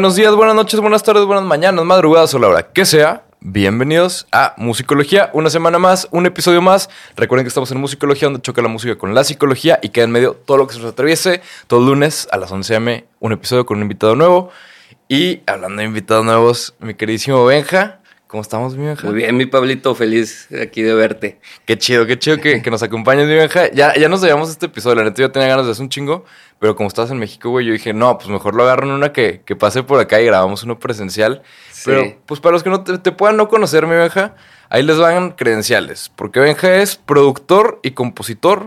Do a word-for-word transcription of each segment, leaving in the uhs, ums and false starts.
Buenos días, buenas noches, buenas tardes, buenas mañanas, madrugadas o la hora que sea. Bienvenidos a Musicología, una semana más, un episodio más. Recuerden que estamos en Musicología, donde choca la música con la psicología y queda en medio todo lo que se nos atraviese. Todo lunes a las once eme, un episodio con un invitado nuevo. Y hablando de invitados nuevos, mi queridísimo Benja. ¿Cómo estamos, mi Benja? Muy bien, mi Pablito, feliz aquí de verte. Qué chido, qué chido que, que nos acompañes, mi Benja. Ya, ya nos debíamos este episodio, la neta yo tenía ganas de hacer un chingo, pero como estás en México, güey, yo dije, no, pues mejor lo agarro en una que, que pase por acá y grabamos uno presencial. Sí. Pero, pues para los que no te, te puedan no conocer, mi Benja, ahí les van credenciales. Porque Benja es productor y compositor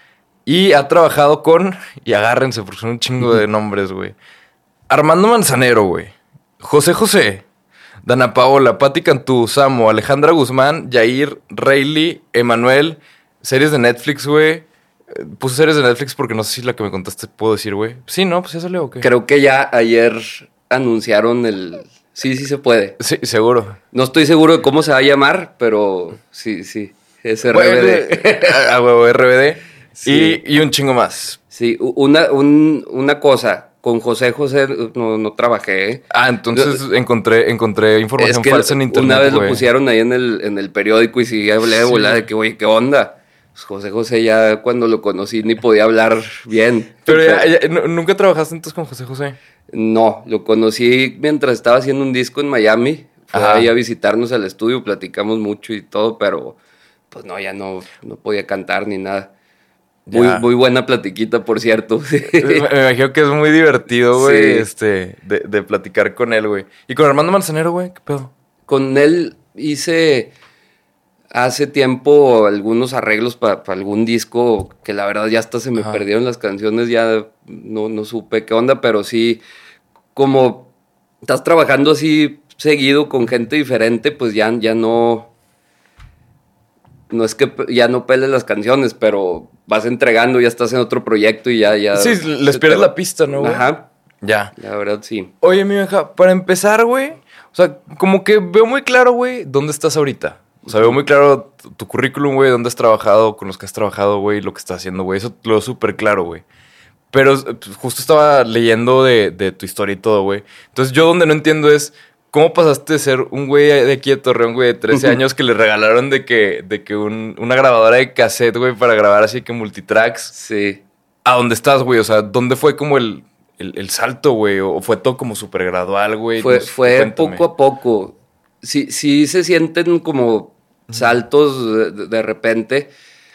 y ha trabajado con, y agárrense porque son un chingo de nombres, güey. Armando Manzanero, güey. José José. Dana Paola, Patti Cantú, Samo, Alejandra Guzmán, Yair, Rayleigh, Emanuel. Series de Netflix, güey. Puse series de Netflix porque no sé si la que me contaste puedo decir, güey. Sí, ¿no? Pues ya salió, ¿o qué? Creo que ya ayer anunciaron el... Sí, sí se puede. Sí, seguro. No estoy seguro de cómo se va a llamar, pero sí, sí. Es R B D. Bueno, a huevo, R B D. Sí. Y, y un chingo más. Sí, una, un, una cosa... Con José José no, no trabajé. ¿eh? Ah, entonces Yo, encontré, encontré información es que falsa en internet. Una vez wey. lo pusieron ahí en el, en el periódico y sí hablé de sí. volada de que, oye, ¿qué onda? Pues José José ya cuando lo conocí ni podía hablar bien. Pero ya, ya, ¿nunca trabajaste entonces con José José? No, lo conocí mientras estaba haciendo un disco en Miami. Fue Ajá. ahí a visitarnos al estudio, platicamos mucho y todo, pero pues no, ya no, no podía cantar ni nada. Muy, muy buena platiquita, por cierto. Me imagino que es muy divertido, güey, sí. este, de, de platicar con él, güey. ¿Y con Armando Manzanero, güey? ¿Qué pedo? Con él hice hace tiempo algunos arreglos para pa algún disco que la verdad ya hasta se me Ajá. perdieron las canciones, ya no, no supe qué onda, pero sí, como estás trabajando así seguido con gente diferente, pues ya, ya no... No es que ya no peles las canciones, pero vas entregando, ya estás en otro proyecto y ya... ya sí, les pierdes la pista, ¿no, güey? Ajá. Ya. La verdad, sí. Oye, mi hija, para empezar, güey, o sea, como que veo muy claro, güey, dónde estás ahorita. O sea, veo muy claro tu, tu currículum, güey, dónde has trabajado, con los que has trabajado, güey, lo que estás haciendo, güey. Eso lo veo súper claro, güey. Pero justo estaba leyendo de, de tu historia y todo, güey. Entonces, yo donde no entiendo es... ¿Cómo pasaste de ser un güey de aquí de Torreón, güey, de trece años que le regalaron de que, de que un, una grabadora de cassette, güey, para grabar así que multitracks? Sí. ¿A dónde estás, güey? O sea, ¿dónde fue como el, el, el salto, güey? ¿O fue todo como súper gradual, güey? Fue, no sé, fue cuéntame. poco a poco. Sí, sí se sienten como saltos de, de repente.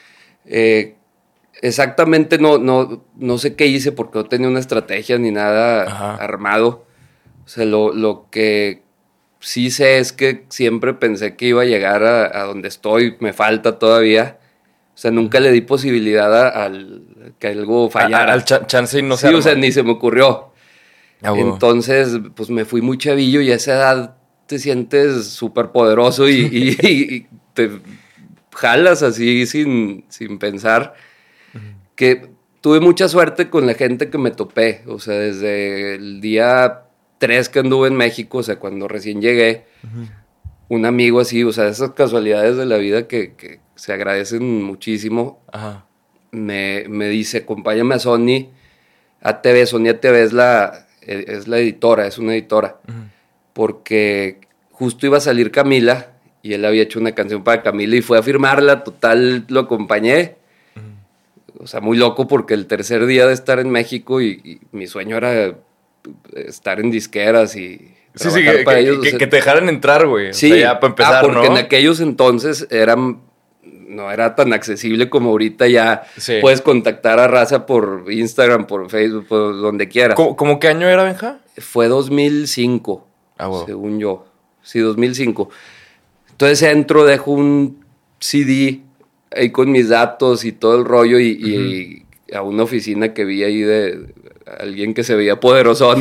Eh, exactamente no, no, no sé qué hice porque no tenía una estrategia ni nada Ajá. armado. O sea, lo, lo que... sí sé es que siempre pensé que iba a llegar a, a donde estoy, me falta todavía. O sea, nunca le di posibilidad a, a que algo fallara. Al ch- chance y no se Sí, o sea, ni se me ocurrió. Ah, bueno. Entonces, pues me fui muy chavillo y a esa edad te sientes súper poderoso y, y, y te jalas así sin, sin pensar. Uh-huh. Que tuve mucha suerte con la gente que me topé. O sea, desde el día... tres que anduve en México, o sea, cuando recién llegué, uh-huh. un amigo así, o sea, esas casualidades de la vida que, que se agradecen muchísimo, Ajá. Me, me dice, acompáñame a Sony, A T V, Sony A T V es la, es la editora, es una editora, uh-huh. porque justo iba a salir Camila, y él había hecho una canción para Camila, y fue a firmarla, total, lo acompañé, uh-huh. o sea, muy loco, porque el tercer día de estar en México, y, y mi sueño era... estar en disqueras y sí, sí, que, para que, ellos, que, o sea, que te dejaran entrar, güey. Sí, o sea, ya para empezar, ah, porque ¿no? en aquellos entonces eran, no era tan accesible como ahorita ya sí. puedes contactar a raza por Instagram, por Facebook, por donde quieras. ¿Cómo, ¿cómo qué año era, Benja? Fue dos mil cinco, ah, wow. según yo. Sí, dos mil cinco. Entonces entro, dejo un C D ahí con mis datos y todo el rollo y, uh-huh. y a una oficina que vi ahí de... alguien que se veía poderosón.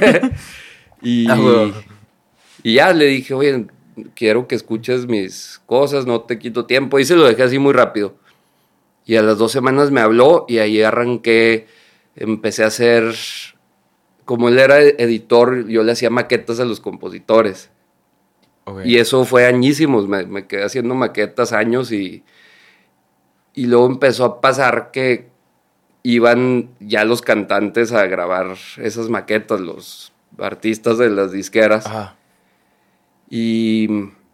y, ah, bueno. y ya le dije, oye, quiero que escuches mis cosas, no te quito tiempo. Y se lo dejé así muy rápido. Y a las dos semanas me habló y ahí arranqué, empecé a hacer... Como él era editor, yo le hacía maquetas a los compositores. Okay. Y eso fue añísimos, me, me quedé haciendo maquetas años y... Y luego empezó a pasar que... iban ya los cantantes a grabar esas maquetas, los artistas de las disqueras. Ajá. Y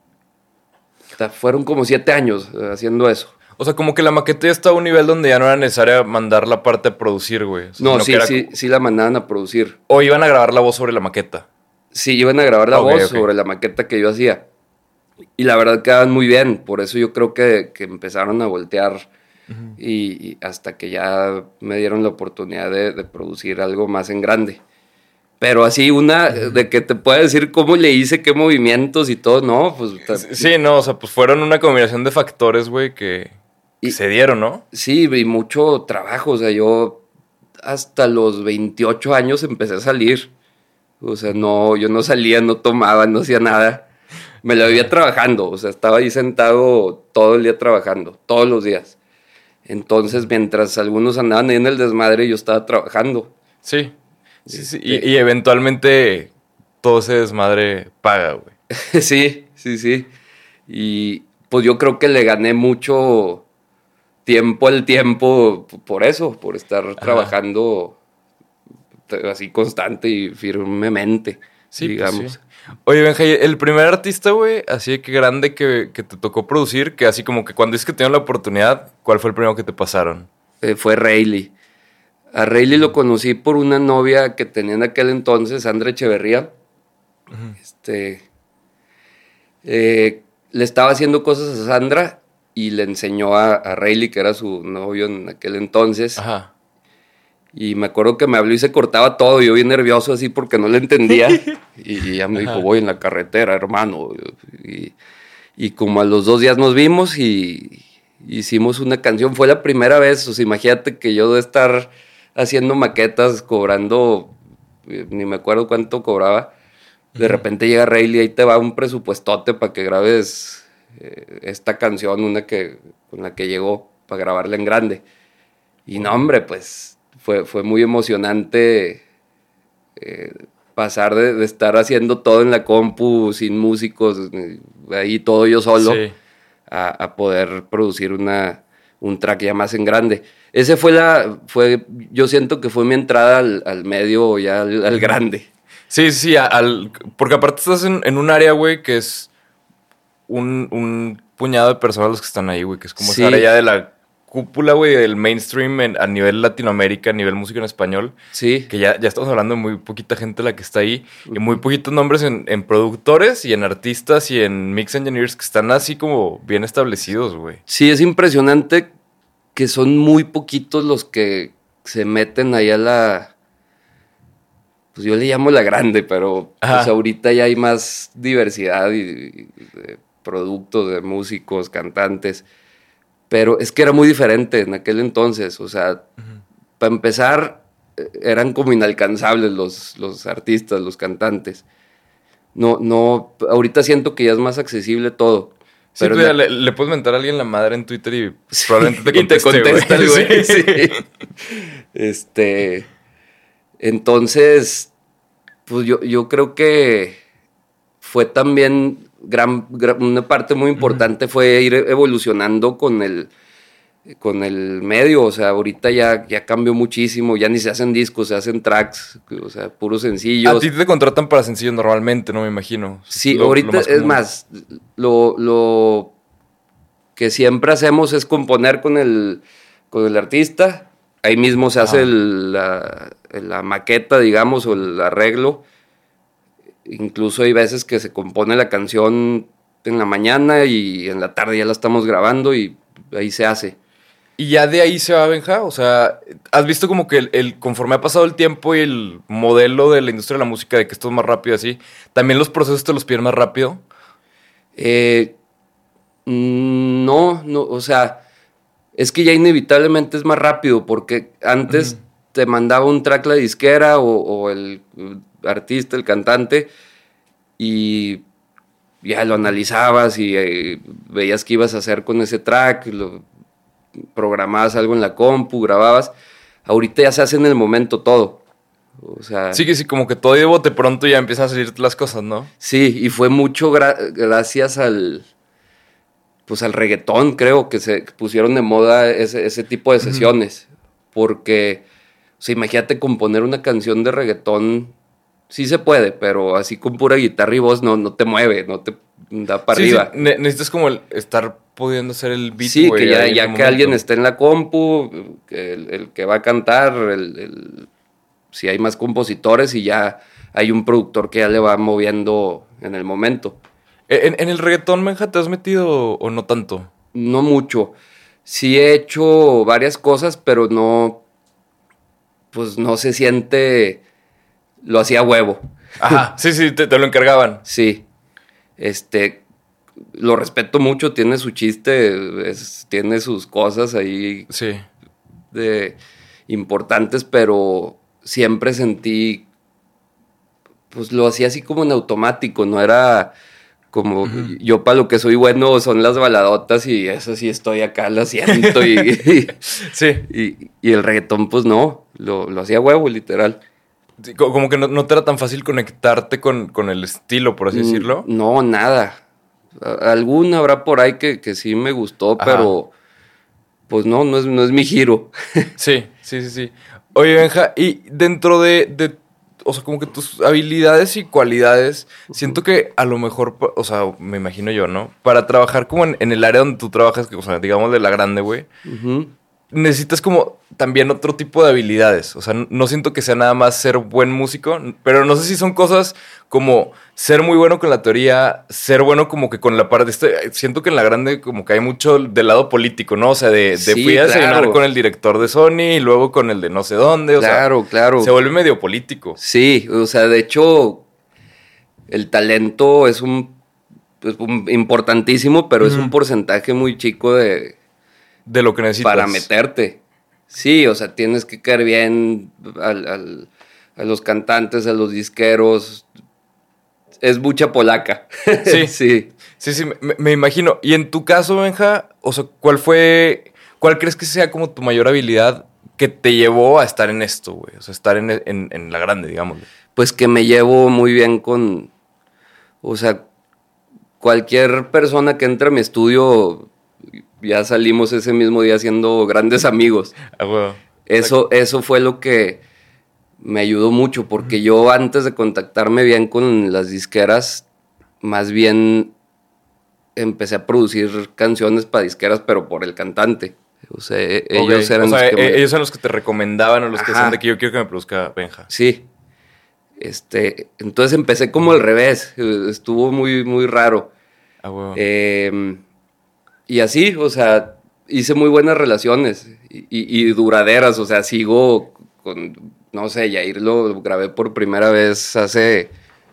fueron como siete años haciendo eso. O sea, como que la maqueta ya estaba a un nivel donde ya no era necesaria mandar la parte a producir, güey. O sea, no, sí, era... sí, sí la mandaban a producir. O iban a grabar la voz sobre la maqueta. Sí, iban a grabar la okay, voz okay. sobre la maqueta que yo hacía. Y la verdad quedaban muy bien. Por eso yo creo que, que empezaron a voltear. Uh-huh. y, y hasta que ya me dieron la oportunidad de, de producir algo más en grande. Pero así una uh-huh. de que te pueda decir cómo le hice, qué movimientos y todo, no, pues... Sí, no, o sea, pues fueron una combinación de factores, güey, que... Y, se dieron, ¿no? Sí, y mucho trabajo. O sea, yo hasta los veintiocho años empecé a salir. O sea, no, yo no salía, no tomaba, no hacía nada. Me la vivía trabajando. O sea, estaba ahí sentado todo el día trabajando, todos los días. Entonces, mientras algunos andaban ahí en el desmadre, yo estaba trabajando. Sí, sí, sí. Y, y eventualmente todo ese desmadre paga, güey. Sí, sí, sí. Y pues yo creo que le gané mucho... tiempo al tiempo por eso, por estar Ajá. trabajando así constante y firmemente, sí, digamos. Pues sí. Oye, Benja, el primer artista, güey, así que grande que, que te tocó producir, que así como que cuando dices que tenían la oportunidad, ¿cuál fue el primero que te pasaron? Eh, fue Rayleigh. A Rayleigh lo conocí por una novia que tenía en aquel entonces, Sandra Echeverría. Uh-huh. Este, eh, le estaba haciendo cosas a Sandra y le enseñó a, a Rayleigh, que era su novio en aquel entonces. Ajá. Y me acuerdo que me habló y se cortaba todo. Yo bien nervioso así porque no le entendía. Y ella me Ajá. dijo, voy en la carretera, hermano. Y, y como a los dos días nos vimos y hicimos una canción. Fue la primera vez, o sea, imagínate que yo de estar haciendo maquetas, cobrando, ni me acuerdo cuánto cobraba. De uh-huh. repente llega Rayleigh y ahí te va un presupuestote para que grabes... esta canción, una que con la que llegó para grabarla en grande. Y no, hombre, pues fue, fue muy emocionante eh, pasar de, de estar haciendo todo en la compu, sin músicos, ahí todo yo solo, sí. a, a poder producir una, un track ya más en grande. Ese fue la, fue, yo siento que fue mi entrada al, al medio, ya al, al grande. Sí, sí, al, porque aparte estás en, en un área, güey, que es Un, un puñado de personas los que están ahí, güey, que es como sí. esa área de la cúpula, güey, del mainstream en, a nivel Latinoamérica, a nivel música en español. Sí. Que ya, ya estamos hablando de muy poquita gente la que está ahí. Uh-huh. Y muy poquitos nombres en, en productores y en artistas y en mix engineers que están así como bien establecidos, güey. Sí, es impresionante que son muy poquitos los que se meten ahí a la... Pues yo le llamo la grande, pero pues ahorita ya hay más diversidad y... y de productos, de músicos, cantantes, pero es que era muy diferente en aquel entonces, o sea, uh-huh. para empezar, eran como inalcanzables los, los artistas, los cantantes. No, no, ahorita siento que ya es más accesible todo. Sí, pero la... le, le puedes mentar a alguien la madre en Twitter y sí, probablemente te conteste, y te contesta el güey. Sí. Sí. Este, entonces, pues yo, yo creo que fue también... Gran, gran, una parte muy importante uh-huh. fue ir evolucionando con el, con el medio. O sea, ahorita ya, ya cambió muchísimo. Ya ni se hacen discos, se hacen tracks, o sea, puros sencillos. A ti te contratan para sencillos normalmente, no me imagino. Sí, lo, ahorita lo más es más, lo, lo que siempre hacemos es componer con el, con el artista. Ahí mismo se hace el, la, la maqueta, digamos, o el arreglo. Incluso hay veces que se compone la canción en la mañana y en la tarde ya la estamos grabando y ahí se hace. ¿Y ya de ahí se va, Benja? O sea, ¿has visto como que el, el conforme ha pasado el tiempo y el modelo de la industria de la música de que esto es más rápido así, también los procesos te los piden más rápido? Eh, no, no, o sea, es que ya inevitablemente es más rápido porque antes uh-huh. te mandaba un track la disquera o, o el... artista, el cantante, y ya lo analizabas y eh, veías qué ibas a hacer con ese track, lo programabas algo en la compu, grababas. Ahorita ya se hace en el momento todo. O sea, sí, que sí, como que todo de bote pronto ya empiezan a salir las cosas, ¿no? Sí, y fue mucho gra- gracias al pues al reggaetón, creo, que se pusieron de moda ese, ese tipo de sesiones. Uh-huh. Porque, o sea, imagínate componer una canción de reggaetón sí se puede, pero así con pura guitarra y voz no, no te mueve, no te da para sí, arriba. Sí. Ne- necesitas como el estar pudiendo hacer el beat, Sí, güey, que ya, ahí en ya el que momento. alguien esté en la compu, que el, el que va a cantar, el, el- si hay más compositores y ya hay un productor que ya le va moviendo en el momento. ¿En, en el reggaetón, Benja, te has metido o no tanto? No mucho. Sí he hecho varias cosas, pero no, pues no se siente, lo hacía a huevo. Ajá, sí, sí, te, te lo encargaban. Sí, este, lo respeto mucho, tiene su chiste, es- tiene sus cosas ahí Sí. de importantes, pero siempre sentí, pues lo hacía así como en automático, no era como Ujú. yo para lo que soy bueno son las baladotas y eso sí estoy acá, lo siento y, y, Sí. y- y el reggaetón pues no, lo, lo hacía huevo literal. Sí, co- como que no, no te era tan fácil conectarte con, con el estilo, por así Mm, decirlo. No, nada. A- Alguna habrá por ahí que, que sí me gustó, Ajá. pero pues no, no es, no es mi giro. Sí, sí, sí, sí. Oye, Benja, y dentro de, de, o sea, como que tus habilidades y cualidades, siento que a lo mejor, pa- o sea, me imagino yo, ¿no? Para trabajar como en, en el área donde tú trabajas, que, o sea, digamos de la grande, güey, Ujú. necesitas como también otro tipo de habilidades. O sea, n- no siento que sea nada más ser buen músico, n- pero no sé si son cosas como ser muy bueno con la teoría, ser bueno como que con la parte... Este, siento que en la grande como que hay mucho del lado político, ¿no? O sea, de, de Sí, fui a desayunar claro. con el director de Sony y luego con el de no sé dónde. O Claro, sea, claro. se vuelve medio político. Sí, o sea, de hecho, el talento es un, pues, un importantísimo, pero es un Ujú. porcentaje muy chico de De lo que necesitas. para meterte. Sí, o sea, tienes que caer bien al, al- a los cantantes, a los disqueros. Es mucha polaca. Sí. Sí. Sí, sí, me, me imagino. Y en tu caso, Benja, o sea, ¿cuál fue, cuál crees que sea como tu mayor habilidad que te llevó a estar en esto, güey? O sea, estar en, en, en la grande, digamos. Pues que me llevo muy bien con, o sea, cualquier persona que entre a mi estudio, ya salimos ese mismo día siendo grandes amigos. Ah, güey. Eso, eso fue lo que me ayudó mucho, porque yo antes de contactarme bien con las disqueras, más bien empecé a producir canciones para disqueras, pero por el cantante. O sea, e- Ok. ellos eran O sea, los que e- me... ellos son los que te recomendaban o los que Ajá. son de que yo quiero que me produzca Benja. Sí. Este, entonces empecé como al revés. eh, Estuvo muy, muy raro. Ah, güey. Eh, y así, o sea, hice muy buenas relaciones y, y- y duraderas. O sea, sigo con, no sé, Yair lo grabé por primera vez hace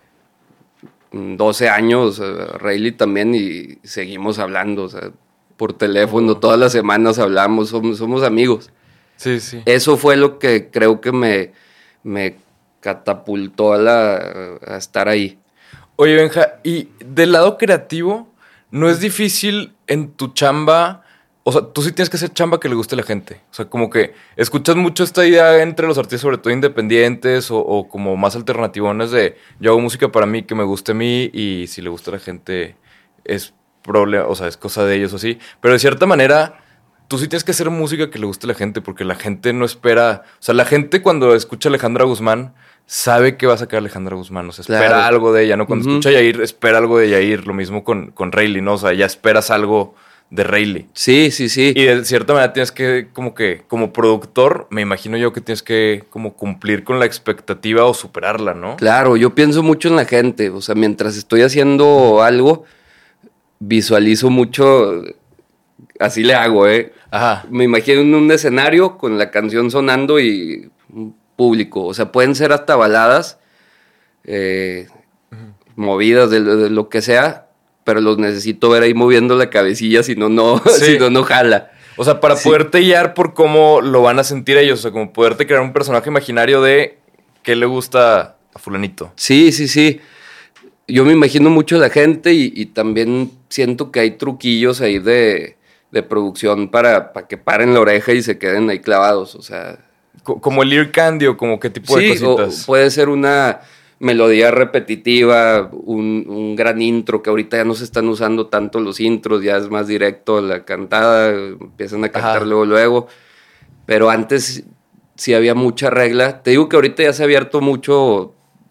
mm, doce años, eh, Rayleigh también, y seguimos hablando, o sea, por teléfono, Oh. todas las semanas hablamos, somos, somos amigos. Sí, sí. Eso fue lo que creo que me, me catapultó a, la, a estar ahí. Oye, Benja, y del lado creativo, ¿no es difícil en tu chamba? O sea, tú sí tienes que hacer chamba que le guste a la gente. O sea, como que escuchas mucho esta idea entre los artistas, sobre todo independientes o, o como más alternativones de yo hago música para mí, que me guste a mí y si le gusta a la gente es problema, o sea, es cosa de ellos o así. Pero de cierta manera, tú sí tienes que hacer música que le guste a la gente porque la gente no espera. O sea, la gente cuando escucha a Alejandra Guzmán sabe que va a sacar Alejandra Guzmán. O sea, espera Claro. algo de ella, ¿no? Cuando Ujú. escucha a Yair, espera algo de Yair. Lo mismo con, con Rayleigh, ¿no? O sea, ya esperas algo de Rayleigh. Sí, sí, sí. Y de cierta manera tienes que, como que, como productor, me imagino yo que tienes que como cumplir con la expectativa o superarla, ¿no? Claro, yo pienso mucho en la gente. O sea, mientras estoy haciendo algo, visualizo mucho. Así le hago, ¿eh? Ajá. Me imagino en un escenario con la canción sonando y un público. O sea, pueden ser hasta baladas, eh, movidas, de, de lo que sea, pero los necesito ver ahí moviendo la cabecilla, si no, no, Sí. si no, no jala. O sea, para Sí. poderte guiar por cómo lo van a sentir ellos. O sea, como poderte crear un personaje imaginario de qué le gusta a fulanito. Sí, sí, sí. Yo me imagino mucho a la gente y, y también siento que hay truquillos ahí de, de producción para, para que paren la oreja y se queden ahí clavados. O sea, Co- como el ear candy o como qué tipo de sí, o cositas. puede ser una melodía repetitiva, un, un gran intro, que ahorita ya no se están usando tanto los intros, ya es más directo la cantada, empiezan a cantar Ajá. luego, luego. Pero antes sí había mucha regla. Te digo que ahorita ya se ha abierto mucho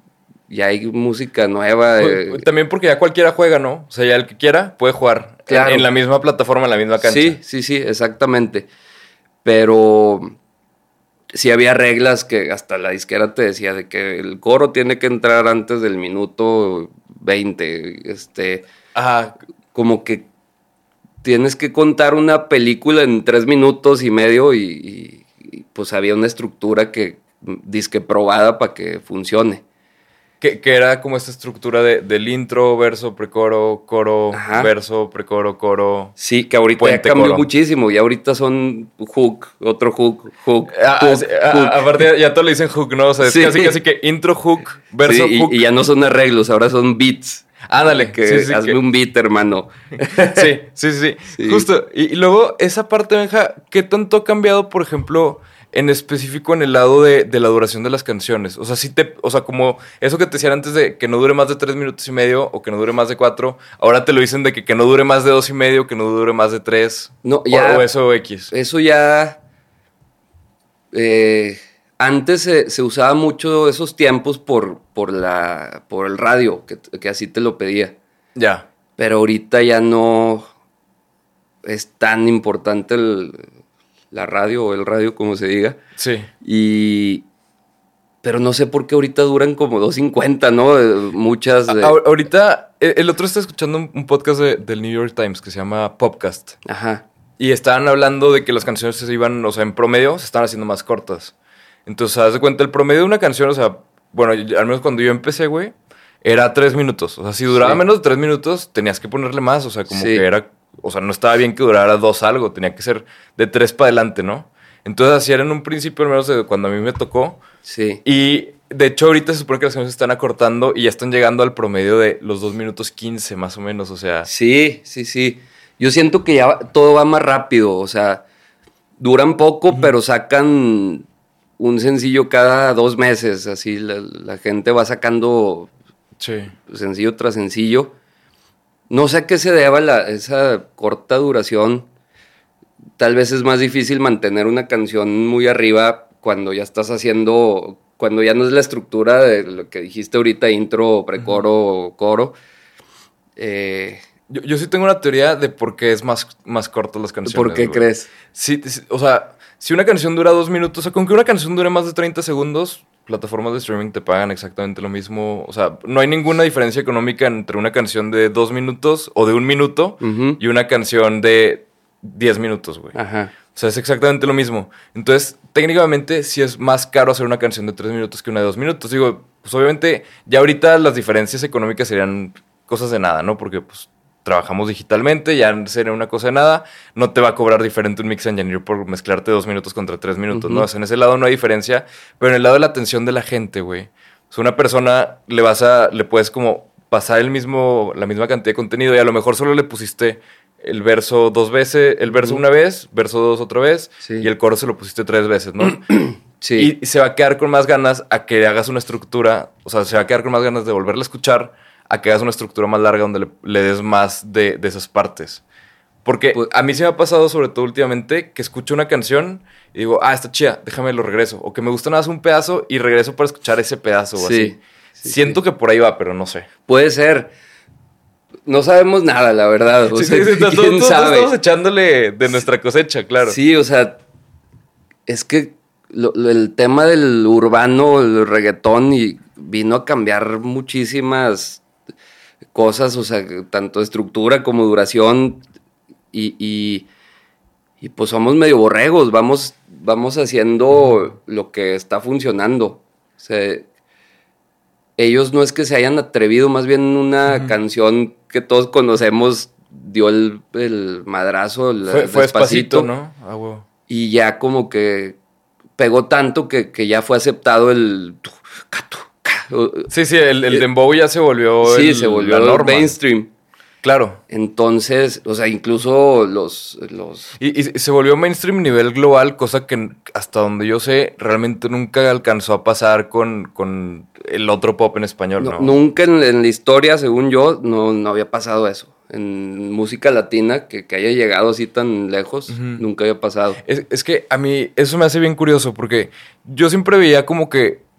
ya hay música nueva. Eh. También porque ya cualquiera juega, ¿no? O sea, ya el que quiera puede jugar claro. en, en la misma plataforma, en la misma cancha. Sí, sí, sí, exactamente. Pero sí había reglas que hasta la disquera te decía de que el coro tiene que entrar antes del minuto veinte. Este, Ajá. Como que tienes que contar una película en tres minutos y medio y, y, y pues había una estructura que disque probada para que funcione. Que, que era como esta estructura de, del intro, verso, precoro, coro, Ajá. verso, precoro, coro. Sí, que ahorita ya cambió coro. muchísimo. Y ahorita son hook, otro hook, hook, ah, hook, sí, hook. Aparte ya, ya todo le dicen hook, ¿no? O sea, es sí. casi, casi que intro, hook, verso, sí, hook. Y, y ya no son arreglos, ahora son beats. Ándale. Que sí, sí, hazme que... un beat, hermano. Sí, sí, sí, sí. Justo. Y, y luego, esa parte, Benja, ¿qué tanto ha cambiado, por ejemplo... en específico en el lado de, de la duración de las canciones? O sea, sí te, o sea, como eso que te decían antes de que no dure más de tres minutos y medio o que no dure más de cuatro, ahora te lo dicen de que, que no dure más de dos y medio, que no dure más de tres. No, ya. O, o eso X. Eso ya. Eh, antes se, se usaba mucho esos tiempos por, por, la, por el radio, que, que así te lo pedía. Ya. Pero ahorita ya no es tan importante el. La radio o el radio, como se diga. Sí. Y... Pero no sé por qué ahorita duran como dos cincuenta, ¿no? Muchas... De... A- ahorita, el otro está escuchando un podcast de, del New York Times que se llama Popcast. Ajá. Y estaban hablando de que las canciones se iban, o sea, en promedio se estaban haciendo más cortas. Entonces, haz de cuenta, el promedio de una canción, o sea, bueno, al menos cuando yo empecé, güey, era tres minutos. O sea, si duraba sí. menos de tres minutos, tenías que ponerle más. O sea, como sí. que era... O sea, no estaba bien que durara dos algo, tenía que ser de tres para adelante, ¿no? Entonces así era en un principio, al menos de cuando a mí me tocó. Sí. Y de hecho ahorita se supone que las canciones se están acortando y ya están llegando al promedio de los dos minutos quince más o menos, o sea... Sí, sí, sí. Yo siento que ya todo va más rápido, o sea, duran poco, uh-huh. pero sacan un sencillo cada dos meses, así la, la gente va sacando sí. sencillo tras sencillo. No sé a qué se deba la, esa corta duración. Tal vez es más difícil mantener una canción muy arriba cuando ya estás haciendo... Cuando ya no es la estructura de lo que dijiste ahorita, intro, precoro, uh-huh. coro. Eh, yo, yo sí tengo una teoría de por qué es más, más corto las canciones. ¿Por qué güey. crees? Sí, sí, o sea, si una canción dura dos minutos... O sea, con que una canción dure más de treinta segundos... Plataformas de streaming te pagan exactamente lo mismo. O sea, no hay ninguna diferencia económica entre una canción de dos minutos o de un minuto uh-huh. y una canción de diez minutos, güey. Ajá. O sea, es exactamente lo mismo. Entonces, técnicamente sí es más caro hacer una canción de tres minutos que una de dos minutos. Digo, pues obviamente ya ahorita las diferencias económicas serían cosas de nada, ¿no? Porque pues trabajamos digitalmente, ya sería una cosa de nada. No te va a cobrar diferente un mix engineer por mezclarte dos minutos contra tres minutos, uh-huh. ¿no? O sea, en ese lado no hay diferencia. Pero en el lado de la atención de la gente, güey. O sea, una persona le vas a... Le puedes como pasar el mismo... La misma cantidad de contenido y a lo mejor solo le pusiste el verso dos veces... El verso uh-huh. una vez, verso dos otra vez. Sí. Y el coro se lo pusiste tres veces, ¿no? Sí. Y, y se va a quedar con más ganas a que hagas una estructura... O sea, se va a quedar con más ganas de volverla a escuchar... a que hagas una estructura más larga donde le, le des más de, de esas partes. Porque pues, a mí se me ha pasado, sobre todo últimamente, que escucho una canción y digo, ah, está chida, déjame lo regreso. O que me gusta nada más un pedazo y regreso para escuchar ese pedazo o sí, así. Sí, Siento sí. que por ahí va, pero no sé. Puede ser. No sabemos nada, la verdad. O sí, sea, sí, sí, ¿quién todos, sabe? Todos estamos echándole de nuestra cosecha, claro. Sí, o sea, es que lo, lo, el tema del urbano, el reggaetón, y vino a cambiar muchísimas cosas, o sea, tanto estructura como duración, y, y, y pues somos medio borregos, vamos, vamos haciendo lo que está funcionando. O sea, ellos no es que se hayan atrevido, más bien una uh-huh. canción que todos conocemos dio el, el madrazo, el, fue, el fue despacito, despacito, ¿no? Ah, wow. Y ya como que pegó tanto que, que ya fue aceptado el... Sí, sí, el, el dembow ya se volvió sí, el, se volvió la norma. mainstream. Claro. Entonces, o sea, incluso los... los... Y, y se volvió mainstream a nivel global, cosa que hasta donde yo sé, realmente nunca alcanzó a pasar con, con el otro pop en español, ¿no? no nunca en, en la historia, según yo, no, no había pasado eso. En música latina, que, que haya llegado así tan lejos, uh-huh. nunca había pasado. Es, es que a mí eso me hace bien curioso, porque yo siempre veía como que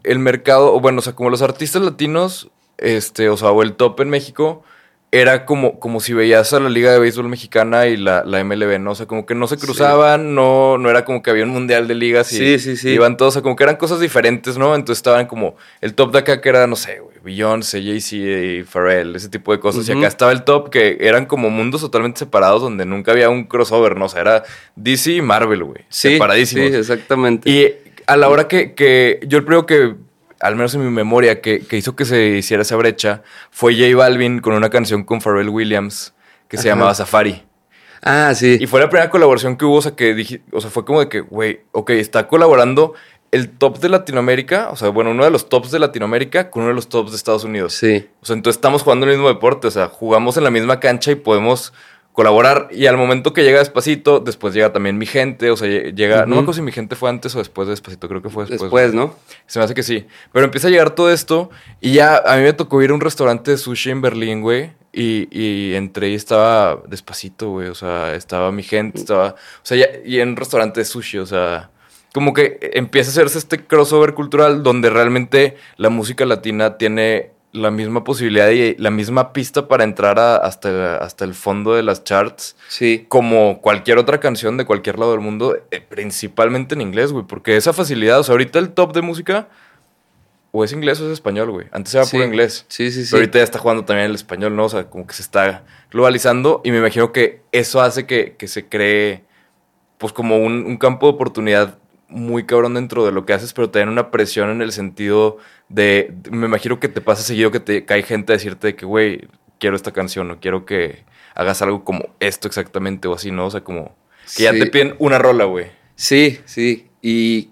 el mercado, o bueno, o sea, como los artistas latinos, este, o sea, o el top en México, era como, como si veías a la Liga de Béisbol Mexicana y la, la M L B, ¿no? O sea, como que no se cruzaban, sí. no, no era como que había un mundial de ligas y sí, sí, sí. iban todos, o sea, como que eran cosas diferentes, ¿no? Entonces estaban como el top de acá que era, no sé, güey, Beyoncé, Jay-Z, Pharrell, ese tipo de cosas. Uh-huh. Y acá estaba el top que eran como mundos totalmente separados donde nunca había un crossover, ¿no? O sea, era D C y Marvel, güey. Sí, separadísimos. Sí, exactamente. Y a la hora que, que yo el primero que... al menos en mi memoria, que, que hizo que se hiciera esa brecha, fue J Balvin con una canción con Pharrell Williams que se Ajá. llamaba Safari. Ah, sí. Y fue la primera colaboración que hubo, o sea, que dije, o sea, fue como de que, güey, ok, está colaborando el top de Latinoamérica, o sea, bueno, uno de los tops de Latinoamérica con uno de los tops de Estados Unidos. Sí. O sea, entonces estamos jugando el mismo deporte, o sea, jugamos en la misma cancha y podemos colaborar. Y al momento que llega Despacito, después llega también Mi Gente, o sea, llega... Uh-huh. No me acuerdo si Mi Gente fue antes o después de Despacito, creo que fue después. Después, ¿no? Se me hace que sí. Pero empieza a llegar todo esto y ya a mí me tocó ir a un restaurante de sushi en Berlín, güey. Y, y entre ahí estaba Despacito, güey. O sea, estaba Mi Gente, estaba... O sea, ya, y en un restaurante de sushi, o sea... Como que empieza a hacerse este crossover cultural donde realmente la música latina tiene... la misma posibilidad y la misma pista para entrar a, hasta, hasta el fondo de las charts. Sí. Como cualquier otra canción de cualquier lado del mundo, eh, principalmente en inglés, güey. Porque esa facilidad, o sea, ahorita el top de música o es inglés o es español, güey. Antes era sí. puro inglés. Sí, sí, sí. Pero ahorita ya está jugando también el español, ¿no? O sea, como que se está globalizando y me imagino que eso hace que, que se cree, pues, como un, un campo de oportunidad muy cabrón dentro de lo que haces, pero también una presión en el sentido de, de me imagino que te pasa seguido que te cae gente a decirte de que, güey, quiero esta canción o quiero que hagas algo como esto exactamente o así, ¿no? O sea, como que sí. ya te piden una rola, güey. Sí, sí. Y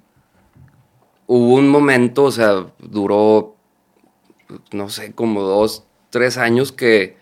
hubo un momento, o sea, duró, no sé, como dos, tres años que,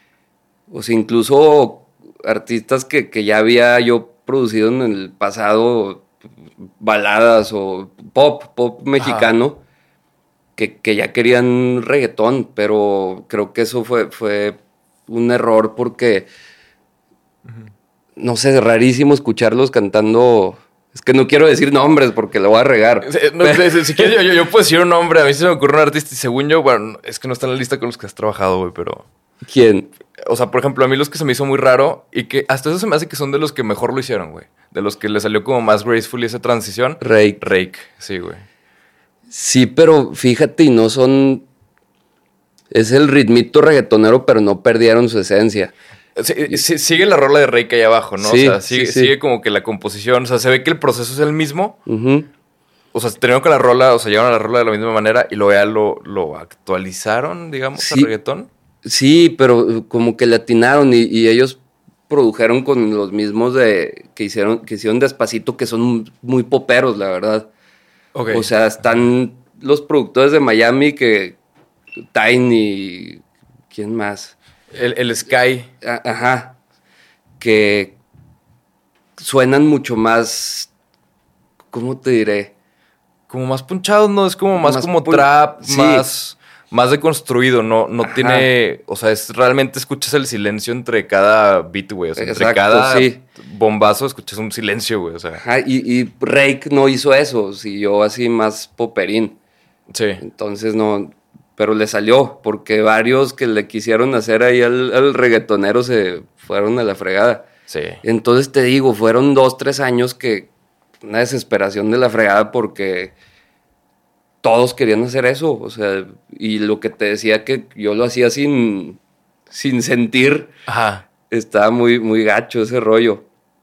o sea, incluso artistas que, que ya había yo producido en el pasado, baladas o pop, pop mexicano, que, que ya querían reggaetón, pero creo que eso fue, fue un error porque, uh-huh. no sé, es rarísimo escucharlos cantando. Es que no quiero decir nombres porque lo voy a regar. No, si, si quieres, yo, yo puedo decir un nombre. A mí se me ocurre un artista y según yo, bueno, es que no está en la lista con los que has trabajado, güey, pero... ¿Quién? O sea, por ejemplo, a mí los que se me hizo muy raro y que hasta eso se me hace que son de los que mejor lo hicieron, güey. De los que le salió como más graceful esa transición. Rake. Rake, sí, güey. Sí, pero fíjate, y no son... Es el ritmito reggaetonero, pero no perdieron su esencia. Sí, sí, sigue la rola de Rake ahí abajo, ¿no? Sí, o sea, sigue, sí, sí. sigue como que la composición. O sea, se ve que el proceso es el mismo. Uh-huh. O sea, terminaron con la rola, o sea, llegaron a la rola de la misma manera y luego ya lo, lo actualizaron, digamos, sí. al reggaetón. Sí, pero como que le atinaron y, y ellos produjeron con los mismos de que hicieron, que hicieron Despacito, que son muy poperos, la verdad. Okay. O sea, están los productores de Miami que Tiny, ¿quién más? El, el Sky. Ajá. Que suenan mucho más, ¿cómo te diré? Como más punchados, ¿no? Es como más, más como pun- trap, sí. más... Más deconstruido, no, no tiene... O sea, es realmente escuchas el silencio entre cada beat, güey. O sea, Exacto, entre cada sí. bombazo escuchas un silencio, güey. O sea. Ajá, y, y Rake no hizo eso, siguió así más poperín. Sí. Entonces no... Pero le salió, porque varios que le quisieron hacer ahí al, al reggaetonero se fueron a la fregada. Sí. Entonces te digo, fueron dos, tres años que... Una desesperación de la fregada porque... Todos querían hacer eso, o sea, y lo que te decía que yo lo hacía sin, sin sentir, Ajá. Estaba muy, muy gacho ese rollo.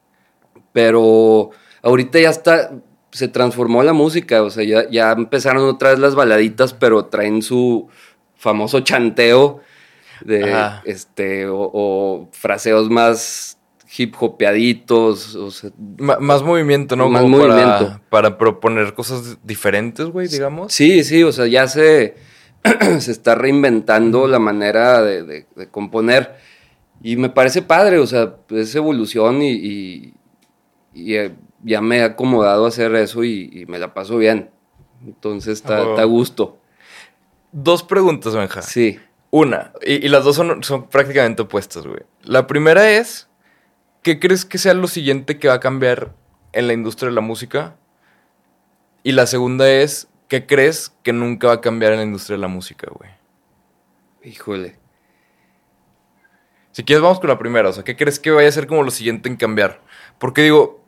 Pero ahorita ya está, se transformó la música, o sea, ya, ya empezaron otra vez las baladitas, pero traen su famoso chanteo de, Ajá. este, o, o fraseos más hip hopeaditos, o sea, M- más movimiento, ¿no? Más Como movimiento. Para, para proponer cosas diferentes, güey, digamos. Sí, sí, o sea, ya se, se está reinventando la manera de, de, de componer. Y me parece padre, o sea, es evolución y, y, y ya me he acomodado a hacer eso y, y me la paso bien. Entonces está, oh. está a gusto. Dos preguntas, Benja. Sí. Una, y, y las dos son, son prácticamente opuestas, güey. La primera es... ¿Qué crees que sea lo siguiente que va a cambiar en la industria de la música? Y la segunda es, ¿qué crees que nunca va a cambiar en la industria de la música, güey? Híjole. Si quieres, vamos con la primera. O sea, ¿qué crees que vaya a ser como lo siguiente en cambiar? Porque digo,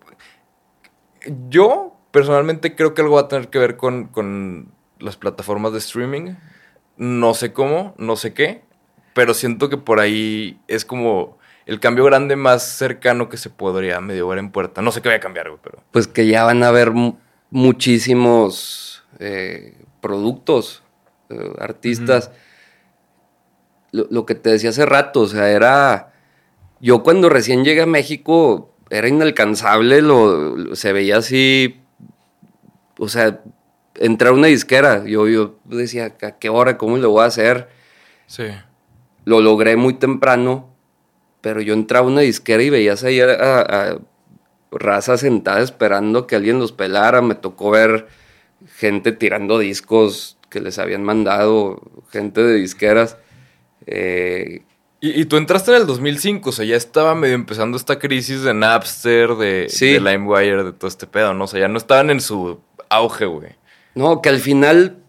yo personalmente creo que algo va a tener que ver con, con las plataformas de streaming. No sé cómo, no sé qué, pero siento que por ahí es como el cambio grande más cercano que se podría medio ver en puerta. No sé qué vaya a cambiar, güey, pero... Pues que ya van a haber mu- muchísimos eh, productos, eh, artistas. Uh-huh. Lo, lo que te decía hace rato, o sea, era... Yo cuando recién llegué a México era inalcanzable, lo, lo se veía así... O sea, entrar a una disquera. Yo, yo decía, ¿a qué hora? ¿Cómo lo voy a hacer? Sí. Lo logré muy temprano, pero yo entraba a una disquera y veías ahí a, a, a raza sentada esperando que alguien los pelara. Me tocó ver gente tirando discos que les habían mandado, gente de disqueras. Eh, y, y tú entraste en el dos mil cinco, o sea, ya estaba medio empezando esta crisis de Napster, de, sí. de LimeWire, de todo este pedo, ¿no? O sea, ya no estaban en su auge, güey. No, que al final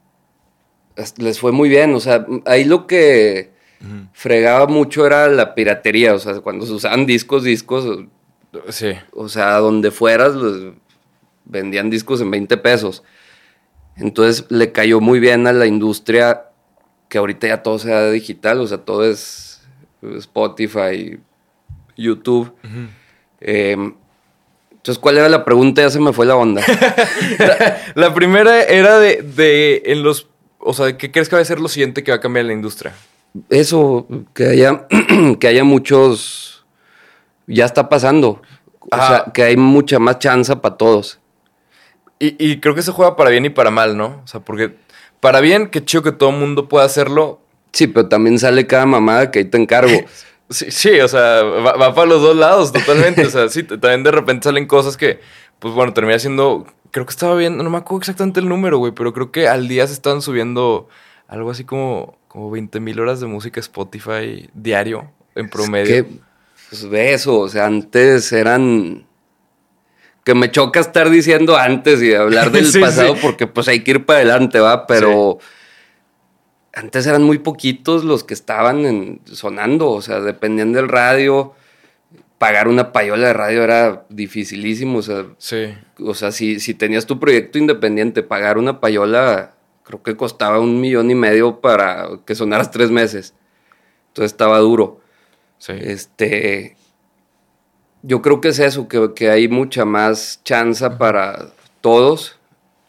les fue muy bien, o sea, ahí lo que uh-huh. fregaba mucho era la piratería, o sea, cuando se usaban discos, discos, sí. O sea, donde fueras los vendían discos en veinte pesos. Entonces le cayó muy bien a la industria que ahorita ya todo sea digital, o sea, todo es Spotify, YouTube. Uh-huh. Eh, entonces, ¿cuál era la pregunta? Ya se me fue la onda. la, la primera era de, de en los, o sea, ¿qué crees que va a ser lo siguiente que va a cambiar la industria? Eso, que haya, que haya muchos, ya está pasando. O ah. sea, que hay mucha más chance para todos. Y, y creo que se juega para bien y para mal, ¿no? O sea, porque para bien, qué chido que todo el mundo pueda hacerlo. Sí, pero también sale cada mamada que ahí te encargo. sí, sí, o sea, va, va para los dos lados totalmente. O sea, sí, también de repente salen cosas que, pues bueno, termina siendo... Creo que estaba viendo, no me acuerdo exactamente el número, güey, pero creo que al día se están subiendo algo así como, como veinte mil horas de música Spotify diario, en promedio. Es que, pues ve eso, o sea, antes eran... Que me choca estar diciendo antes y hablar del sí, pasado sí. porque pues hay que ir para adelante, ¿va? Pero sí. antes eran muy poquitos los que estaban en, sonando, o sea, dependían del radio. Pagar una payola de radio era dificilísimo, o sea, sí. o sea si, si tenías tu proyecto independiente, pagar una payola creo que costaba un millón y medio para que sonaras tres meses. Entonces estaba duro. Sí. Este... Yo creo que es eso, que, que hay mucha más chance para todos,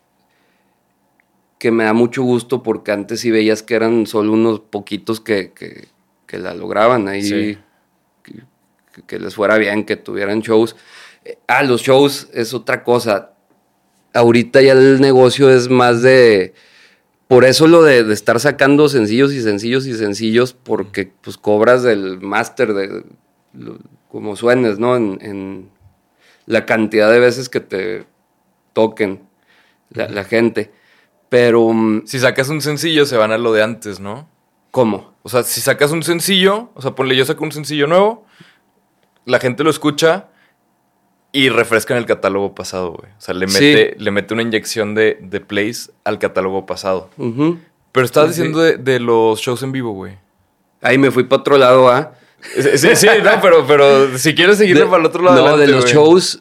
que me da mucho gusto porque antes sí veías que eran solo unos poquitos que, que, que la lograban ahí, sí. que, que les fuera bien, que tuvieran shows. Ah, los shows es otra cosa. Ahorita ya el negocio es más de... Por eso lo de, de estar sacando sencillos y sencillos y sencillos, porque pues cobras del máster de... Lo, como suenes, ¿no? En, en la cantidad de veces que te toquen la, la gente. Pero... Si sacas un sencillo, se van a lo de antes, ¿no? ¿Cómo? O sea, si sacas un sencillo, o sea, ponle, yo saco un sencillo nuevo, la gente lo escucha y refrescan el catálogo pasado, güey. O sea, le mete, sí. le mete una inyección de, de plays al catálogo pasado. Uh-huh. Pero estabas sí, diciendo sí. De, de los shows en vivo, güey. Ahí me fui para otro lado, ¿ah? ¿eh? Sí, sí, no, pero, pero si quieres seguirle para el otro lado. No, adelante, de los güey. shows,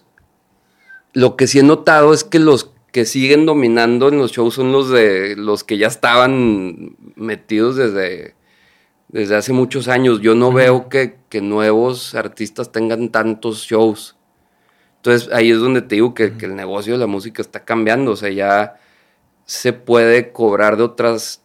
lo que sí he notado es que los que siguen dominando en los shows son los de los que ya estaban metidos desde, desde hace muchos años. Yo no uh-huh. veo que, que nuevos artistas tengan tantos shows. Entonces ahí es donde te digo que, uh-huh. que el negocio de la música está cambiando. O sea, ya se puede cobrar de otras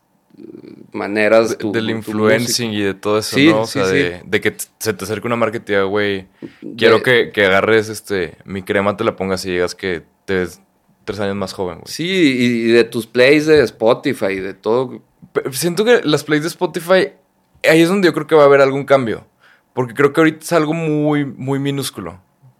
maneras tu, del influencing y de todo eso, sí, ¿no? O sí, sea, sí. de, de que se te acerque una marca y te diga, güey, quiero de... que, que agarres este mi crema, te la pongas y digas que te ves tres años más joven, güey. Sí, y de tus plays de Spotify, de todo. Pero siento que las plays de Spotify, ahí es donde yo creo que va a haber algún cambio. Porque creo que ahorita es algo muy, muy minúsculo.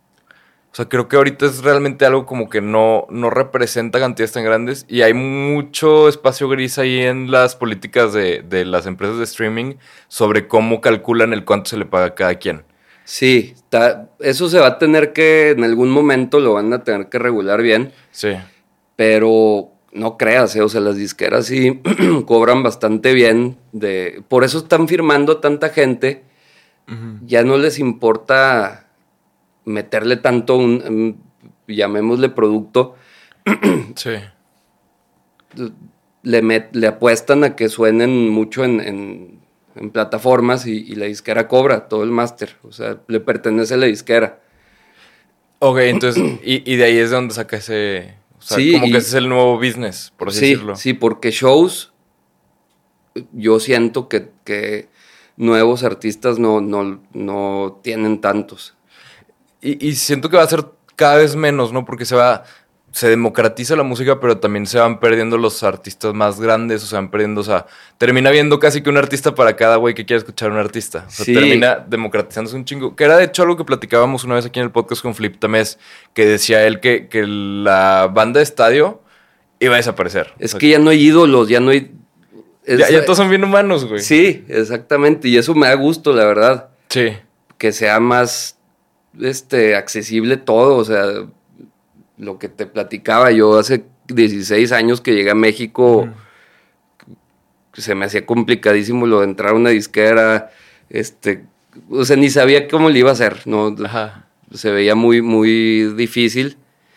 O sea, creo que ahorita es realmente algo como que no, no representa cantidades tan grandes y hay mucho espacio gris ahí en las políticas de, de las empresas de streaming sobre cómo calculan el cuánto se le paga a cada quien. Sí, está, eso se va a tener que, en algún momento lo van a tener que regular bien. Sí. Pero no creas, ¿eh? O sea, las disqueras sí cobran bastante bien. De, por eso están firmando tanta gente. Uh-huh. Ya no les importa meterle tanto un, un llamémosle producto. Sí. Le, met, le apuestan a que suenen mucho en, en, en plataformas y, y la disquera cobra todo el máster. O sea, le pertenece a la disquera. Ok, entonces, y, y de ahí es de donde saca ese... O sea, sí, como que ese es el nuevo business, por así sí, decirlo. Sí, porque shows, yo siento que, que nuevos artistas no, no, no tienen tantos. Y, y siento que va a ser cada vez menos, ¿no? Porque se va... Se democratiza la música, pero también se van perdiendo los artistas más grandes, o se van perdiendo, o sea, termina viendo casi que un artista para cada güey que quiere escuchar a un artista. O sea, sí. Termina democratizándose un chingo. Que era de hecho algo que platicábamos una vez aquí en el podcast con Flip Tamés, que decía él que, que la banda de estadio iba a desaparecer. Es o sea, que ya no hay ídolos, ya no hay... Es, ya, ya todos son bien humanos, güey. Sí, exactamente, y eso me da gusto, la verdad. Sí. Que sea más este, accesible todo, o sea... Lo que te platicaba, yo hace dieciséis años que llegué a México, uh-huh. se me hacía complicadísimo lo de entrar a una disquera, este, o sea, ni sabía cómo le iba a hacer, ¿no? Ajá. Se veía muy, muy difícil.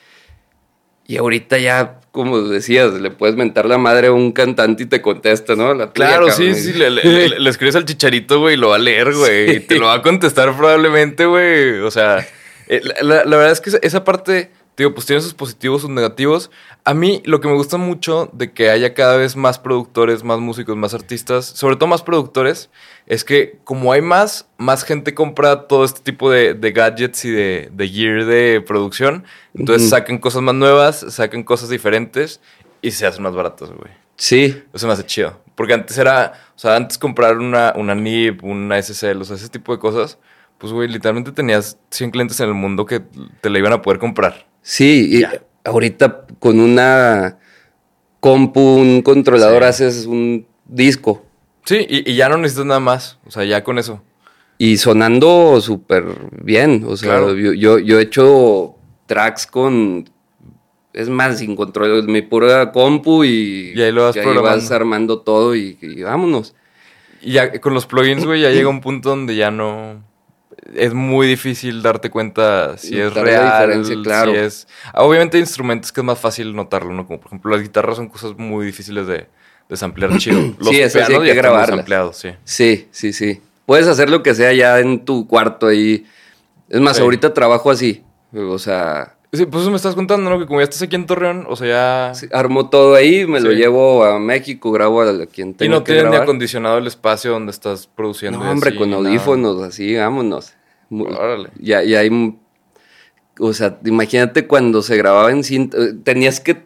Y ahorita ya, como decías, le puedes mentar la madre a un cantante y te contesta, ¿no? La tuya, claro, cabrón. sí, sí, le, le, le escribes al Chicharito, güey, y lo va a leer, güey, sí. Y te lo va a contestar probablemente, güey, o sea, la, la, la verdad es que esa parte... Digo, pues tiene sus positivos, sus negativos. A mí lo que me gusta mucho de que haya cada vez más productores, más músicos, más artistas, sobre todo más productores, es que como hay más, más gente compra todo este tipo de, de gadgets y de, de gear de producción. Entonces uh-huh. sacan cosas más nuevas, sacan cosas diferentes y se hacen más baratos, güey. Sí. Eso me hace chido. Porque antes era, o sea, antes comprar una, una N I B, una S S L, o sea, ese tipo de cosas, pues, güey, literalmente tenías cien clientes en el mundo que te la iban a poder comprar. Sí, y ahorita con una compu, un controlador, sí. Haces un disco. Sí, y, y ya no necesitas nada más, o sea, ya con eso. Y sonando súper bien, o sea, claro. yo, yo, yo he hecho tracks con, es más, sin control, mi pura compu y, y ahí lo vas, y ahí vas armando todo y, y vámonos. Y ya con los plugins, güey, ya llega un punto donde ya no... Es muy difícil darte cuenta si es real, claro. si es... Obviamente hay instrumentos que es más fácil notarlo, ¿no? Como por ejemplo las guitarras son cosas muy difíciles de, de samplear chido. Los sí, eso sí hay que grabarlas. Sampleados, sí. sí, sí, sí. Puedes hacer lo que sea ya en tu cuarto ahí. Es más, sí. Ahorita trabajo así, o sea... Sí, pues eso me estás contando, ¿no? Que como ya estás aquí en Torreón, o sea, ya... Sí, armo todo ahí, me sí. lo llevo a México, grabo a quien tenga Y no que tienen ni grabar. acondicionado el espacio donde estás produciendo. No, hombre, así, con audífonos, nada. Así, vámonos. Órale. Ya, ya hay... O sea, imagínate cuando se grababa en cinta, tenías que...